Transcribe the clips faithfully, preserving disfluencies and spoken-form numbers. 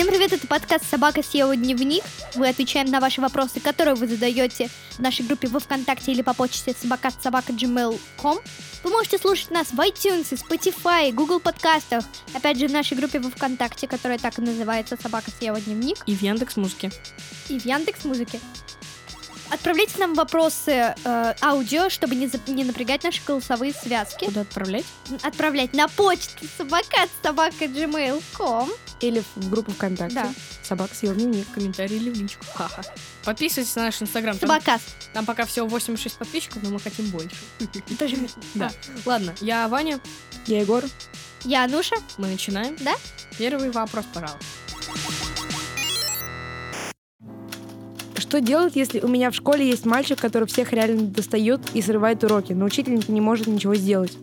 Всем привет, это подкаст «Собака съела дневник». Мы отвечаем на ваши вопросы, которые вы задаете в нашей группе во ВКонтакте или по почте собака собака джимейл точка ком. Вы можете слушать нас в iTunes, Spotify, Google подкастах, опять же в нашей группе во ВКонтакте, которая так и называется «Собака съела дневник». И в Яндекс.Музыке. И в Яндекс.Музыке. Отправляйте нам вопросы э, аудио, чтобы не, за, не напрягать наши голосовые связки. Куда отправлять? Отправлять на почту собака собака джимейл точка ком. Или в группу ВКонтакте. Да. Собака съела дневник. Комментарий или в личку. Ха-ха. Подписывайтесь на наш инстаграм. Там, Собакас. там пока всего восемьдесят шесть подписчиков, но мы хотим больше. Тоже... Да. Ладно, я Ваня. Я Егор. Я Ануша. Мы начинаем. Да? Первый вопрос, пожалуйста. Что делать, если у меня в школе есть мальчик, который всех реально достает и срывает уроки, но учительница не может ничего сделать?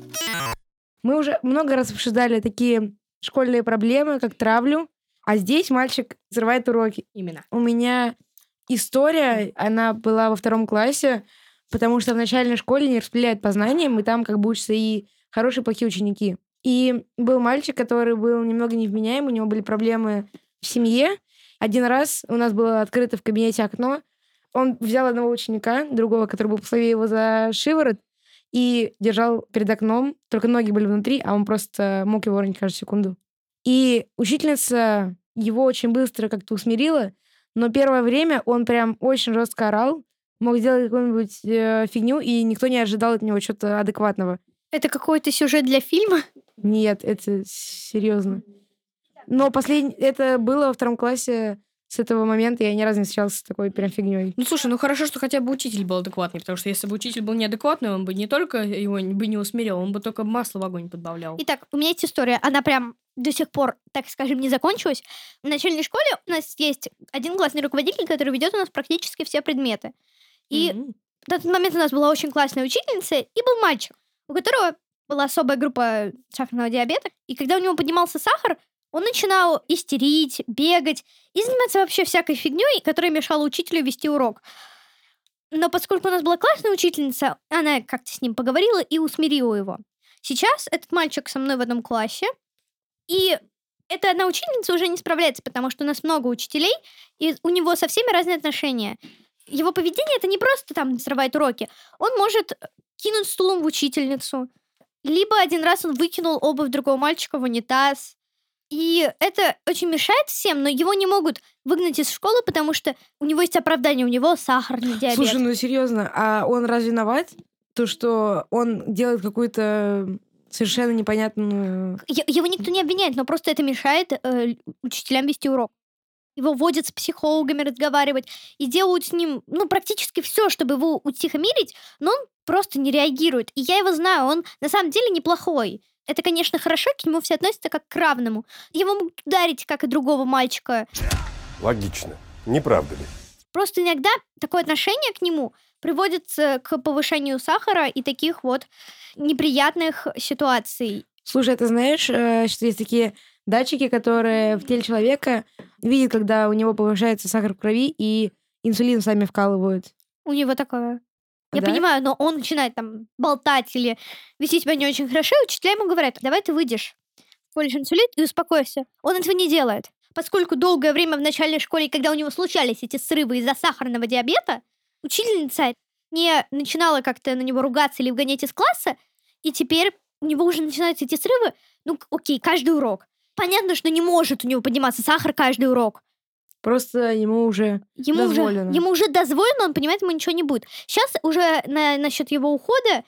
Мы уже много раз обсуждали такие школьные проблемы, как травлю, а здесь мальчик срывает уроки. Именно. У меня история, она была во втором классе, потому что в начальной школе не распределяют по знаниям, и там как бы учатся и хорошие, и плохие ученики. И был мальчик, который был немного невменяем, у него были проблемы в семье. Один раз у нас было открыто в кабинете окно, он взял одного ученика, другого, который был послабее его за шиворот, и держал перед окном, только ноги были внутри, а он просто мог его уронить каждую секунду. И учительница его очень быстро как-то усмирила, но первое время он прям очень жестко орал, мог сделать какую-нибудь э, фигню, и никто не ожидал от него чего-то адекватного. Это какой-то сюжет для фильма? Нет, это серьезно. Но последний... это было во втором классе. С этого момента я ни разу не встречалась с такой прям фигней. Ну, слушай, ну хорошо, что хотя бы учитель был адекватный, потому что если бы учитель был неадекватный, он бы не только его бы не усмирил, он бы только масло в огонь подбавлял. Итак, у меня есть история. Она прям до сих пор, так скажем, не закончилась. В начальной школе у нас есть один классный руководитель, который ведет у нас практически все предметы. И Mm-hmm. в этот момент у нас была очень классная учительница, и был мальчик, у которого была особая группа сахарного диабета. И когда у него поднимался сахар, он начинал истерить, бегать и заниматься вообще всякой фигней, которая мешала учителю вести урок. Но поскольку у нас была классная учительница, она как-то с ним поговорила и усмирила его. Сейчас этот мальчик со мной в одном классе, и эта одна учительница уже не справляется, потому что у нас много учителей, и у него со всеми разные отношения. Его поведение — это не просто там срывать уроки. Он может кинуть стулом в учительницу, либо один раз он выкинул обувь другого мальчика в унитаз. И это очень мешает всем, но его не могут выгнать из школы, потому что у него есть оправдание, у него сахарный диабет. Слушай, ну серьезно, а он разве виноват? То, что он делает какую-то совершенно непонятную... Е- Его никто не обвиняет, но просто это мешает э, учителям вести урок. Его водят с психологами разговаривать и делают с ним, ну, практически все, чтобы его утихомирить, но он просто не реагирует. И я его знаю, он на самом деле неплохой. Это, конечно, хорошо, к нему все относятся как к равному. Его могут ударить, как и другого мальчика. Логично. Не правда ли? Просто иногда такое отношение к нему приводит э, к повышению сахара и таких вот неприятных ситуаций. Слушай, ты знаешь, э, что есть такие датчики, которые в теле человека видят, когда у него повышается сахар в крови, и инсулин сами вкалывают. У него такое... Я Да? понимаю, но он начинает там болтать или вести себя не очень хорошо, и учителя ему говорят: давай ты выйдешь, колешь инсулин и успокойся. Он этого не делает. Поскольку долгое время в начальной школе, когда у него случались эти срывы из-за сахарного диабета, учительница не начинала как-то на него ругаться или выгонять из класса, и теперь у него уже начинаются эти срывы, ну окей, каждый урок. Понятно, что не может у него подниматься сахар каждый урок. Просто ему уже Ему уже, дозволено. ему уже дозволено, он понимает, ему ничего не будет. Сейчас уже на, насчет его ухода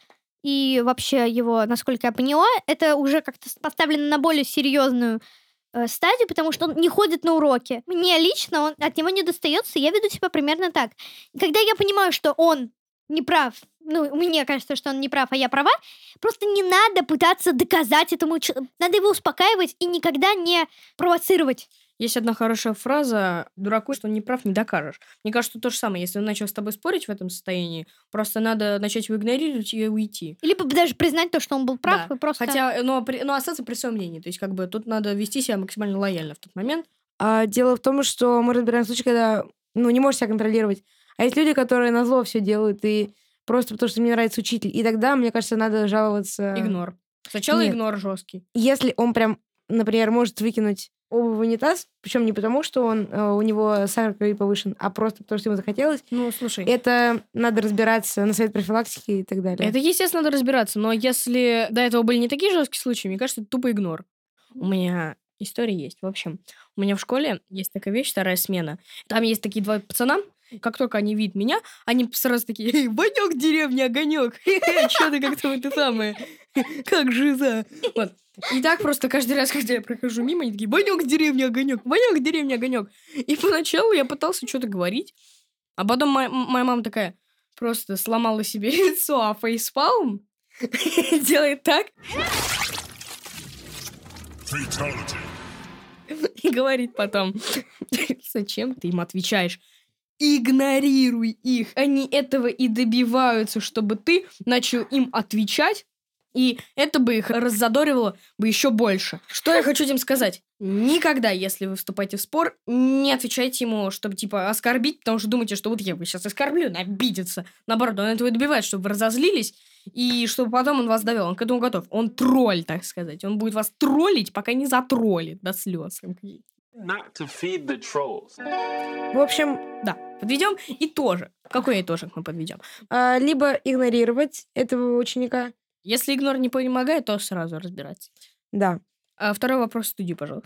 и вообще его, насколько я поняла, это уже как-то поставлено на более серьезную э, стадию, потому что он не ходит на уроки. Мне лично он, от него не достается, я веду себя примерно так. И когда я понимаю, что он не прав, ну, мне кажется, что он не прав, а я права, просто не надо пытаться доказать этому человеку. Надо его успокаивать и никогда не провоцировать. Есть одна хорошая фраза: дураку, что он не прав, не докажешь. Мне кажется, то же самое. Если он начал с тобой спорить в этом состоянии, просто надо начать его игнорировать и уйти. Либо даже признать то, что он был прав, Да. и просто... Хотя, но, при- но остаться при своем мнении. То есть, как бы, тут надо вести себя максимально лояльно в тот момент. А дело в том, что мы разбираем случай, когда ну, не можешь себя контролировать. А есть люди, которые назло все делают, и просто потому, что мне нравится учитель. И тогда, мне кажется, надо жаловаться... Игнор. Сначала Нет. игнор жесткий. Если он прям, например, может выкинуть оба в унитаз, причем не потому, что он, э, у него сахар в крови повышен, а просто потому, что ему захотелось. Ну, слушай, Это надо разбираться на совет профилактики и так далее. это, естественно, надо разбираться, но если до этого были не такие жесткие случаи, мне кажется, это тупо игнор. У меня история есть. В общем, у меня в школе есть такая вещь, вторая смена. Там есть такие два пацана, как только они видят меня, они сразу такие: «Эй, Ванек, деревня, огонек! Че ты как-то это самое? Как жиза?» Вот. И так просто каждый раз, когда я прохожу мимо, они такие: «Ванек, деревня, огонек! Ванек, деревня, огонек!» И поначалу я пытался что-то говорить, а потом моя, моя мама такая просто сломала себе лицо, а фейспалм делает так и говорит потом: «Зачем ты им отвечаешь? Игнорируй их. Они этого и добиваются, чтобы ты начал им отвечать, и это бы их раззадоривало бы еще больше». Что я хочу этим сказать? Никогда, если вы вступаете в спор, не отвечайте ему, чтобы, типа, оскорбить, потому что думаете, что вот я его сейчас оскорблю, он обидится. Наоборот, он этого и добивает, чтобы вы разозлились, и чтобы потом он вас довел. Он к этому готов. Он тролль, так сказать. Он будет вас троллить, пока не затроллит до слез. Not to feed the trolls. В общем, Да, подведем итожек. Какой итожек мы подведем? а, либо игнорировать этого ученика. Если игнор не помогает, то сразу разбираться. Да. А второй вопрос в студии, пожалуйста.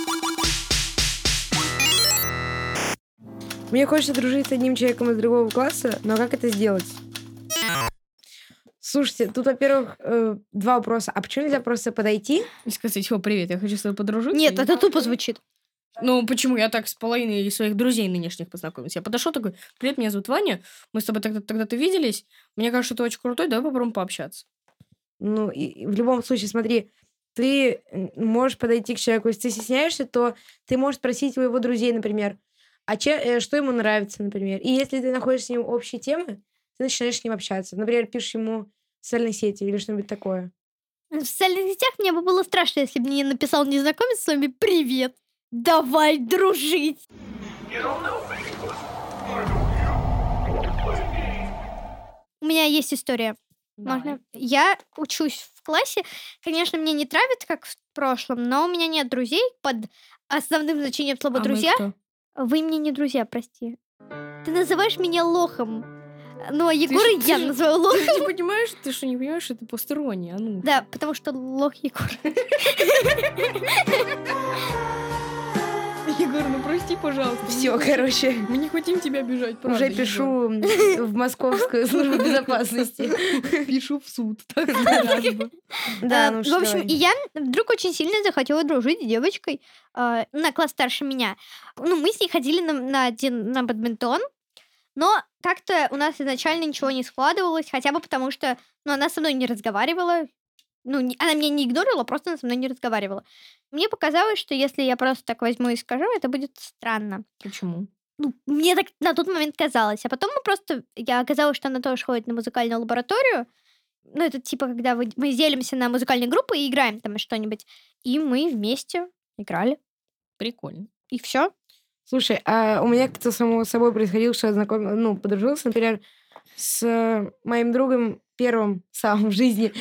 Мне хочется дружить с одним человеком из другого класса, но как это сделать? Слушайте, тут, во-первых, э, два вопроса. А почему нельзя просто подойти? И сказать: «О, привет, я хочу с тобой подружиться». Нет, И- это тупо звучит. Ну, почему? Я так с половиной своих друзей нынешних познакомился. Я подошел такой: «Привет, меня зовут Ваня, мы с тобой тогда- тогда-то виделись, мне кажется, ты очень крутой, давай попробуем пообщаться». Ну, и, и в любом случае, смотри, ты м, можешь подойти к человеку. Если ты стесняешься, то ты можешь спросить у его друзей, например, а че, э, что ему нравится, например. И если ты находишь с ним общие темы, ты начинаешь с ним общаться. Например, пишешь ему в социальной сети или что-нибудь такое. В социальных сетях мне бы было страшно, если бы мне написал незнакомец с вами: «Привет, давай дружить». У меня есть история. Можно? Я учусь в классе. Конечно, мне не травят, как в прошлом, но у меня нет друзей. Под основным значением слова А мы «друзья» кто? вы мне не друзья, прости. Ты называешь меня лохом. Ну, а Ты Егора ж- я ты ж- называю лохом. Ты не понимаешь, ты что, не понимаешь, это постороннее, а ну. Да, потому что лох Егор. Егор, ну прости, пожалуйста. Все, Мы не хотим- короче, Мы не хотим тебя обижать, правда, уже Егор. пишу в Московскую службу безопасности. Пишу в суд. так сказать бы. Да, А, ну в что, общем, давай. и я вдруг очень сильно захотела дружить с девочкой а, на класс старше меня. Ну, мы с ней ходили на, на один на бадминтон, но как-то у нас изначально ничего не складывалось, хотя бы потому что, ну, она со мной не разговаривала. Ну, не- она меня не игнорила, просто она со мной не разговаривала. Мне показалось, что если я просто так возьму и скажу, это будет странно. Почему? Ну, мне так на тот момент казалось. А потом мы просто... Я оказалось, что она тоже ходит на музыкальную лабораторию. Ну, это типа, когда вы- мы делимся на музыкальные группы и играем там что-нибудь. И мы вместе играли. Прикольно. И все. Слушай, а у меня как-то само собой происходило, что я знаком... ну, подружился, например, с э, моим другом первым самым в жизни.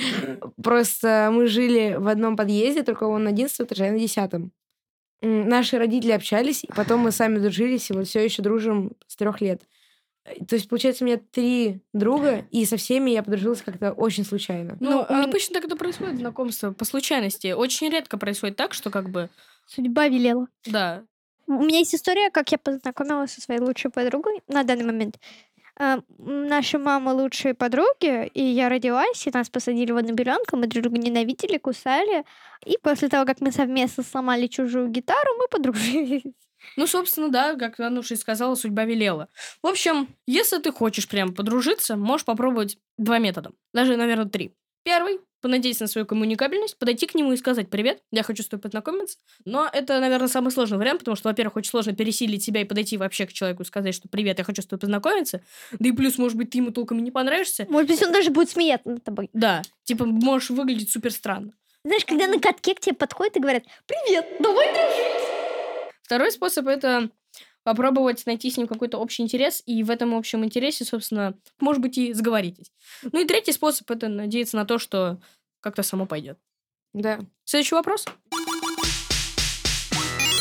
Просто мы жили в одном подъезде, только он на одиннадцатом этаже, а я на десятом. М, Наши родители общались, и потом мы сами дружились, и вот все еще дружим с трех лет. Э, То есть, получается, у меня три друга, и со всеми я подружилась как-то очень случайно. Ну, Ну, у меня- обычно так это происходит, знакомство по случайности. Очень редко происходит так, что как бы, Судьба велела. да. У меня есть история, как я познакомилась со своей лучшей подругой на данный момент. А, м, Наши мамы лучшие подруги, и я родилась, и нас посадили в одну пеленку, мы друг друга ненавидели, кусали. И после того, как мы совместно сломали чужую гитару, мы подружились. Ну, собственно, да, как Ануша и сказала, судьба велела. В общем, если ты хочешь прям подружиться, можешь попробовать два метода. Даже, наверное, три. Первый — понадеяться на свою коммуникабельность, подойти к нему и сказать: «Привет, я хочу с тобой познакомиться». Но это, наверное, самый сложный вариант, потому что, во-первых, очень сложно пересилить себя и подойти вообще к человеку и сказать, что «Привет, я хочу с тобой познакомиться». Да и плюс, может быть, ты ему толком и не понравишься. Может быть, он даже будет смеяться над тобой. Да, типа, можешь выглядеть супер странно. Знаешь, когда на катке к тебе подходят и говорят: «Привет, давай дружить». Второй способ — это попробовать найти с ним какой-то общий интерес, и в этом общем интересе, собственно, может быть, и сговоритесь. Ну и третий способ — это надеяться на то, что как-то само пойдет. Да. Следующий вопрос.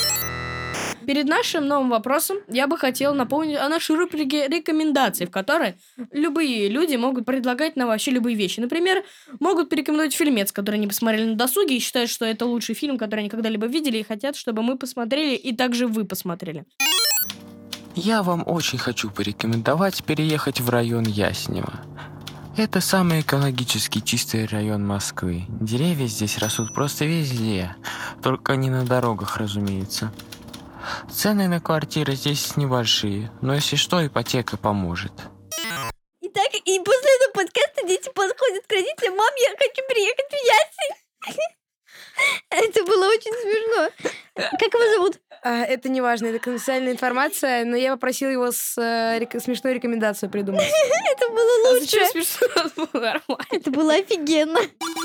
Перед нашим новым вопросом я бы хотела напомнить о нашей рубрике рекомендаций, в которой любые люди могут предлагать нам вообще любые вещи. Например, могут порекомендовать фильмец, который они посмотрели на досуге и считают, что это лучший фильм, который они когда-либо видели, и хотят, чтобы мы посмотрели, и также вы посмотрели. Я вам очень хочу порекомендовать переехать в район Яснево. Это самый экологически чистый район Москвы. Деревья здесь растут просто везде, только не на дорогах, разумеется. Цены на квартиры здесь небольшие, но если что, ипотека поможет. Итак, и после этого подкаста дети подходят к родителям: мам, я хочу приехать в Ясень. Это было очень смешно. Как его зовут? А, это не важно, это конфиденциальная информация, но я попросила его с э, рек- смешную рекомендацию придумать. Это было А лучше. зачем смешно? Это было нормально. Это было офигенно.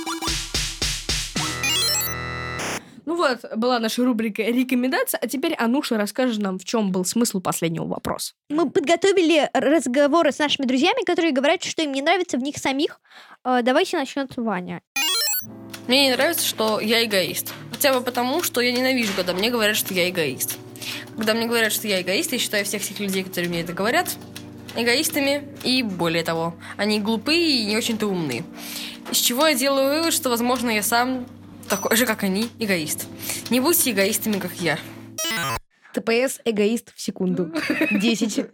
Ну вот, была наша рубрика «Рекомендация», а теперь Ануша расскажет нам, в чем был смысл последнего вопроса. Мы подготовили разговоры с нашими друзьями, которые говорят, что им не нравится в них самих. Э, Давайте начнет Ваня. Мне не нравится, что я эгоист. Хотя бы потому, что я ненавижу, когда мне говорят, что я эгоист. Когда мне говорят, что я эгоист, я считаю всех тех людей, которые мне это говорят, эгоистами. И более того, они глупые и не очень-то умные. Из чего я делаю вывод, что, возможно, я сам такой же, как они, эгоист. Не будьте эгоистами, как я. ТПС эгоист в секунду. Десять.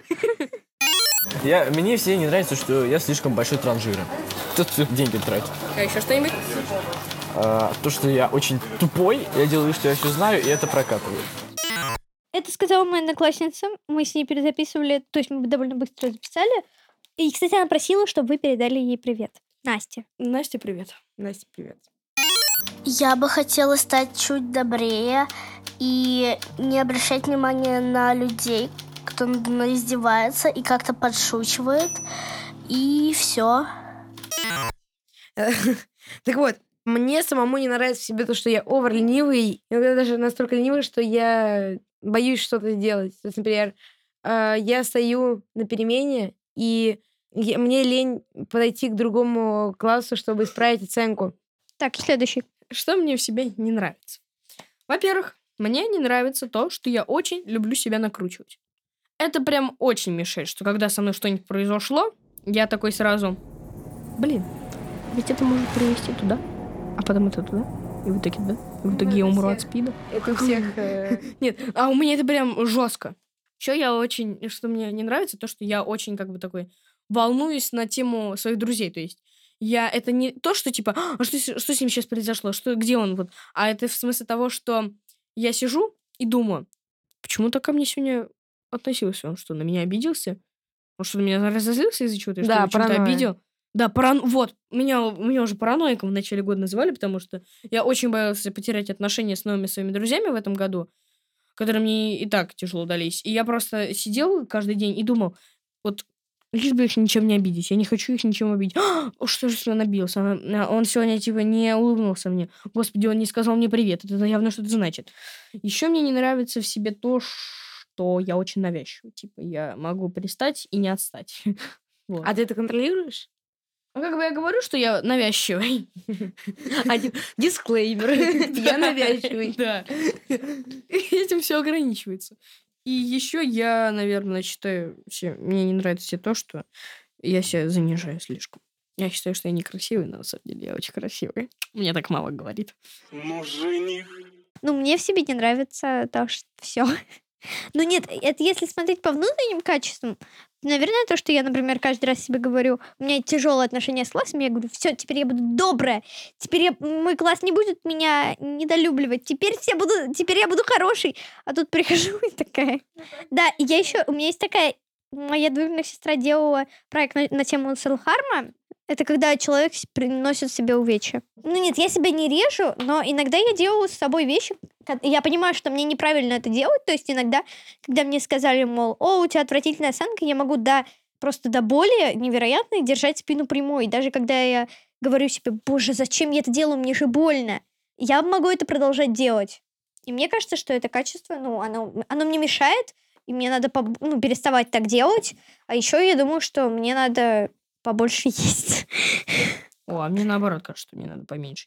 Я, мне все не нравится, что я слишком большой транжира. Тут деньги тратит. А еще что-нибудь? А, то, что я очень тупой, я делаю, что я все знаю, и это прокатывает. Это сказала моя одноклассница. Мы с ней перезаписывали, то есть мы довольно быстро записали. И, кстати, она просила, чтобы вы передали ей привет. Настя. Настя, привет. Настя, привет. Я бы хотела стать чуть добрее и не обращать внимания на людей, кто надо мной издевается и как-то подшучивает. И все. Так вот, мне самому не нравится в себе то, что я овер-ленивый. Иногда даже настолько ленивый, что я боюсь что-то делать. То есть, например, э, я стою на перемене, и я- мне лень подойти к другому классу, чтобы исправить оценку. Так, следующий. Что мне в себе не нравится? Во-первых, мне не нравится то, что я очень люблю себя накручивать. Это прям очень мешает, что когда со мной что-нибудь произошло, я такой сразу: блин, ведь это может привести туда, а потом это туда, и в итоге туда, и в итоге Ну, я это умру всех- от спида. Это у всех... э, Нет, а у меня это прям жестко. Еще я очень, что мне не нравится, то, что я очень как бы такой волнуюсь на тему своих друзей. То есть я это не то, что типа, а что, с- что с ним сейчас произошло, что, где он вот, а это в смысле того, что я сижу и думаю, почему так ко мне сегодня относился? Он что, на меня обиделся? Он что, на меня разозлился из-за чего-то? Я что, Да, его чем-то паранойя. обидел? Да, паран... вот, меня, меня уже параноиком в начале года называли, потому что я очень боялся потерять отношения с новыми своими друзьями в этом году, которые мне и так тяжело дались. И я просто сидел каждый день и думал, вот лишь бы их ничем не обидеть. Я не хочу их ничем обидеть. А, что же он обиделся? Она- Он сегодня типа не улыбнулся мне. Господи, он не сказал мне привет. Это явно что-то значит. Еще мне не нравится в себе то, что я очень навязчивый. Типа я могу пристать и не отстать. Вот. А ты это контролируешь? Ну, как бы я говорю, что я навязчивый. Один дисклеймер. Я навязчивый. Да. И этим все ограничивается. И еще я, наверное, считаю, все, мне не нравится все то, что я себя занижаю слишком. Я считаю, что я некрасивый, но на самом деле я очень красивый. Мне так мама говорит. Ну, жених. Ну, мне в себе не нравится то, что все. Ну нет, это если смотреть по внутренним качествам, наверное, то, что я, например, каждый раз себе говорю, у меня тяжелые отношения с классом, я говорю, все, теперь я буду добрая, теперь я- мой класс не будет меня недолюбливать, теперь все буду, теперь я буду хороший, а тут прихожу и такая. Да, и я еще, у меня есть такая, моя двоюродная сестра делала проект на, на тему селф-харма. Это когда человек с- приносит себе увечья. Ну нет, я себя не режу, но иногда я делаю с собой вещи. ко- Я понимаю, что мне неправильно это делать. То есть иногда, когда мне сказали, мол, о, у тебя отвратительная осанка, я могу до, просто до боли невероятной держать спину прямой. И даже когда я говорю себе, боже, зачем я это делаю, мне же больно, я могу это продолжать делать. И мне кажется, что это качество, ну, оно, оно мне мешает, и мне надо поб- ну, переставать так делать. А еще я думаю, что мне надо побольше есть. О, а мне наоборот кажется, что мне надо поменьше.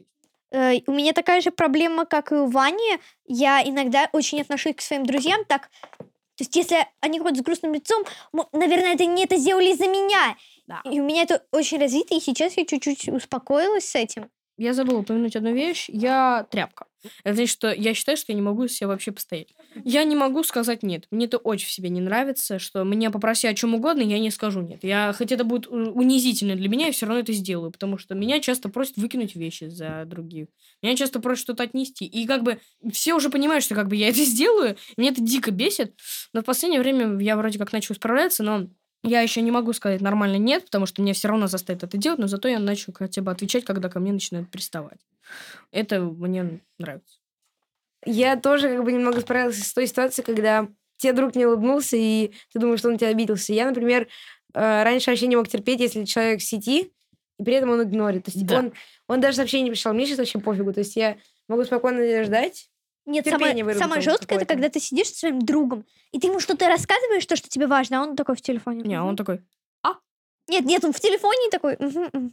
Э, у меня такая же проблема, как и у Вани. Я иногда очень отношусь к своим друзьям так... То есть если они ходят с грустным лицом, м- наверное, это не это сделали из-за меня. Да. И у меня это очень развито, и сейчас я чуть-чуть успокоилась с этим. Я забыла упомянуть одну вещь. Я тряпка. Это значит, что я считаю, что я не могу себя вообще постоять. Я не могу сказать нет. Мне это очень в себе не нравится, что меня попроси о чем угодно, я не скажу нет. Я, хоть это будет у- унизительно для меня, я все равно это сделаю, потому что меня часто просят выкинуть вещи за других. Меня часто просят что-то отнести. И как бы все уже понимают, что как бы я это сделаю. Меня это дико бесит. Но в последнее время я вроде как начала справляться, но я еще не могу сказать нормально нет, потому что меня все равно заставят это делать, но зато я начну хотя бы отвечать, когда ко мне начинают приставать. Это мне нравится. Я тоже как бы немного справилась с той ситуацией, когда тебе друг не улыбнулся, и ты думаешь, что он на тебя обиделся. Я, например, э, раньше вообще не мог терпеть, если человек в сети, и при этом он игнорит. То есть Да. он, он даже сообщение не пришел. Мне сейчас вообще пофигу. То есть я могу спокойно ждать. Нет, Терпение самое, выработалось самое жесткое, это какое-то. когда ты сидишь со своим другом, и ты ему что-то рассказываешь, то, что тебе важно, а он такой в телефоне. Не, а он Мгм. такой, Нет, нет, он в телефоне такой. мгм, мгм.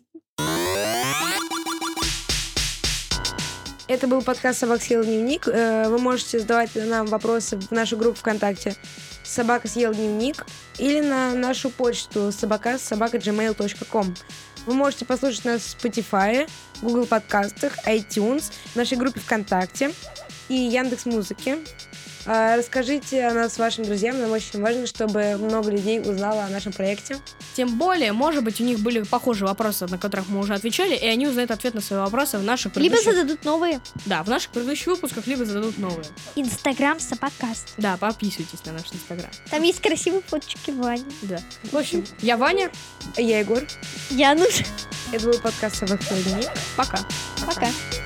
Это был подкаст «Собака съела дневник». Э, Вы можете задавать нам вопросы в нашу группу ВКонтакте «Собака съела дневник» или на нашу почту собака собака джимейл точка ком. Вы можете послушать нас в Spotify, Google подкастах, iTunes, в нашей группе ВКонтакте и Яндекс.Музыке. А, Расскажите о нас вашим друзьям. Нам очень важно, чтобы много людей узнало о нашем проекте. тем более, может быть, у них были похожие вопросы, на которых мы уже отвечали, и они узнают ответ на свои вопросы в наших Либо предыдущих... зададут новые. Да, в наших предыдущих выпусках, либо зададут новые. Инстаграм Собакаст. Да, подписывайтесь на наш инстаграм. Там есть красивые фоточки Вани. Да. В общем, я Ваня. Я Егор. Януш. Это был подкаст «Собака съела дневник». Пока. Пока.